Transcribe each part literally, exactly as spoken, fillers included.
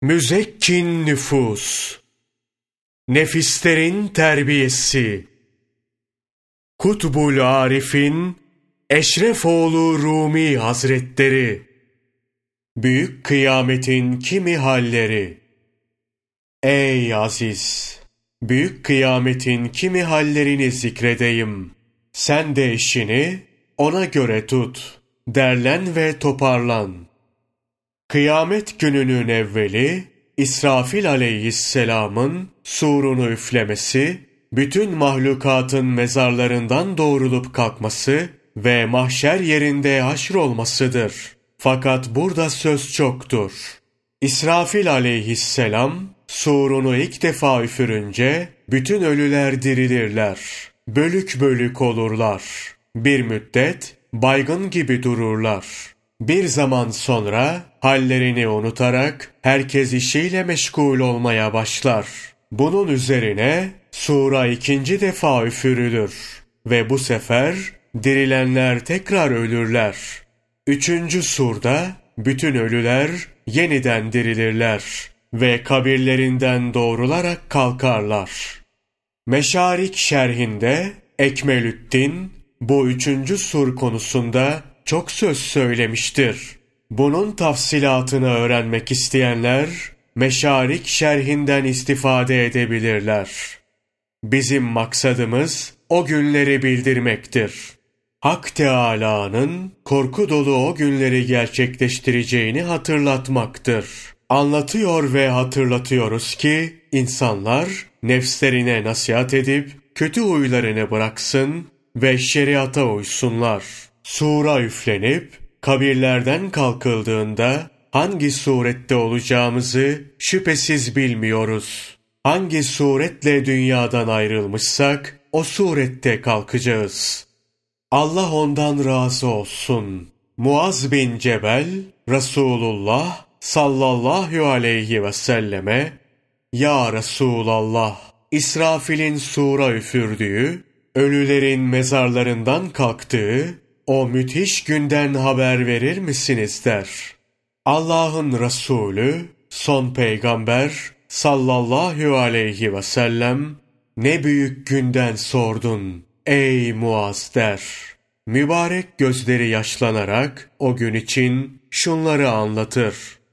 Müzekkin nüfus, nefislerin terbiyesi, Kutbul Arif'in Eşrefoğlu Rumi Hazretleri, Büyük Kıyametin kimi halleri. Ey aziz! Büyük kıyametin kimi hallerini zikredeyim. Sen de işini ona göre tut. Derlen ve toparlan. Kıyamet gününün evveli, İsrafil aleyhisselamın surunu üflemesi, bütün mahlukatın mezarlarından doğrulup kalkması ve mahşer yerinde haşrolmasıdır. Fakat burada söz çoktur. İsrafil aleyhisselam, surunu ilk defa üfürünce, bütün ölüler dirilirler. Bölük bölük olurlar. Bir müddet baygın gibi dururlar. Bir zaman sonra hallerini unutarak herkes işiyle meşgul olmaya başlar. Bunun üzerine sura ikinci defa üfürülür ve bu sefer dirilenler tekrar ölürler. Üçüncü surda bütün ölüler yeniden dirilirler ve kabirlerinden doğrularak kalkarlar. Meşarik şerhinde Ekmelüddin bu üçüncü sur konusunda çok söz söylemiştir. Bunun tafsilatını öğrenmek isteyenler Meşarik şerhinden istifade edebilirler. Bizim maksadımız o günleri bildirmektir. Hak Teâlâ'nın korku dolu o günleri gerçekleştireceğini hatırlatmaktır. Anlatıyor ve hatırlatıyoruz ki insanlar nefslerine nasihat edip kötü huylarını bıraksın ve şeriata uysunlar. Sura üflenip kabirlerden kalkıldığında hangi surette olacağımızı şüphesiz bilmiyoruz. Hangi suretle dünyadan ayrılmışsak o surette kalkacağız. Allah ondan razı olsun. Muaz bin Cebel, Resulullah sallallahu aleyhi ve selleme, "Ya Resulallah, İsrafil'in sura üfürdüğü, ölülerin mezarlarından kalktığı o müthiş günden haber verir misiniz?" der. Allah'ın Resulü, son peygamber sallallahu aleyhi ve sellem, "Ne büyük günden sordun ey Muaz" der. Mübarek gözleri yaşlanarak o gün için şunları anlatır.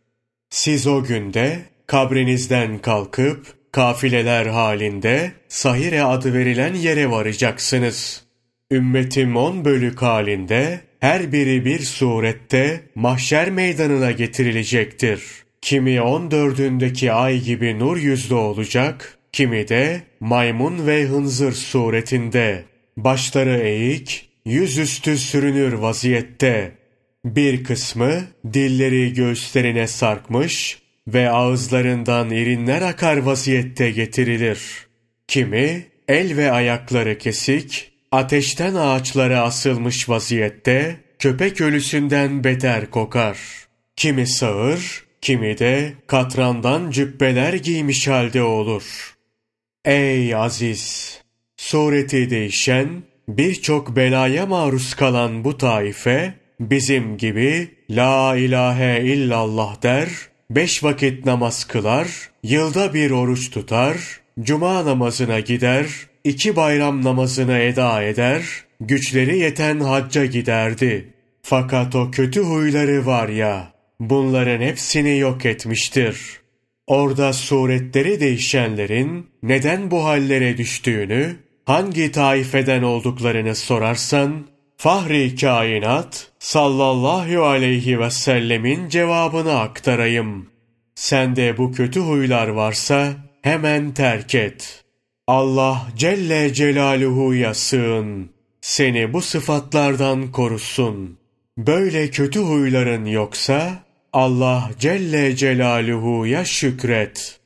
Siz o günde kabrinizden kalkıp kafileler halinde Sahire adı verilen yere varacaksınız. Ümmetim on bölük halinde her biri bir surette mahşer meydanına getirilecektir. Kimi on dördündeki ay gibi nur yüzlü olacak, kimi de maymun ve hınzır suretinde, başları eğik, yüzüstü sürünür vaziyette. Bir kısmı dilleri göğüslerine sarkmış ve ağızlarından irinler akar vaziyette getirilir. Kimi el ve ayakları kesik, ateşten ağaçlara asılmış vaziyette köpek ölüsünden beter kokar. Kimi sağır, kimi de katrandan cübbeler giymiş halde olur. Ey aziz! Sureti değişen, birçok belaya maruz kalan bu taife, bizim gibi la ilahe illallah der, beş vakit namaz kılar, yılda bir oruç tutar, cuma namazına gider, iki bayram namazını eda eder, güçleri yeten hacca giderdi. Fakat o kötü huyları var ya, bunların hepsini yok etmiştir. Orada suretleri değişenlerin neden bu hallere düştüğünü, hangi taifeden olduklarını sorarsan, Fahri kainat sallallahu aleyhi ve sellemin cevabını aktarayım. Sende bu kötü huylar varsa hemen terk et. Allah Celle Celaluhu'ya sığın. Seni bu sıfatlardan korusun. Böyle kötü huyların yoksa Allah Celle Celaluhu'ya şükret.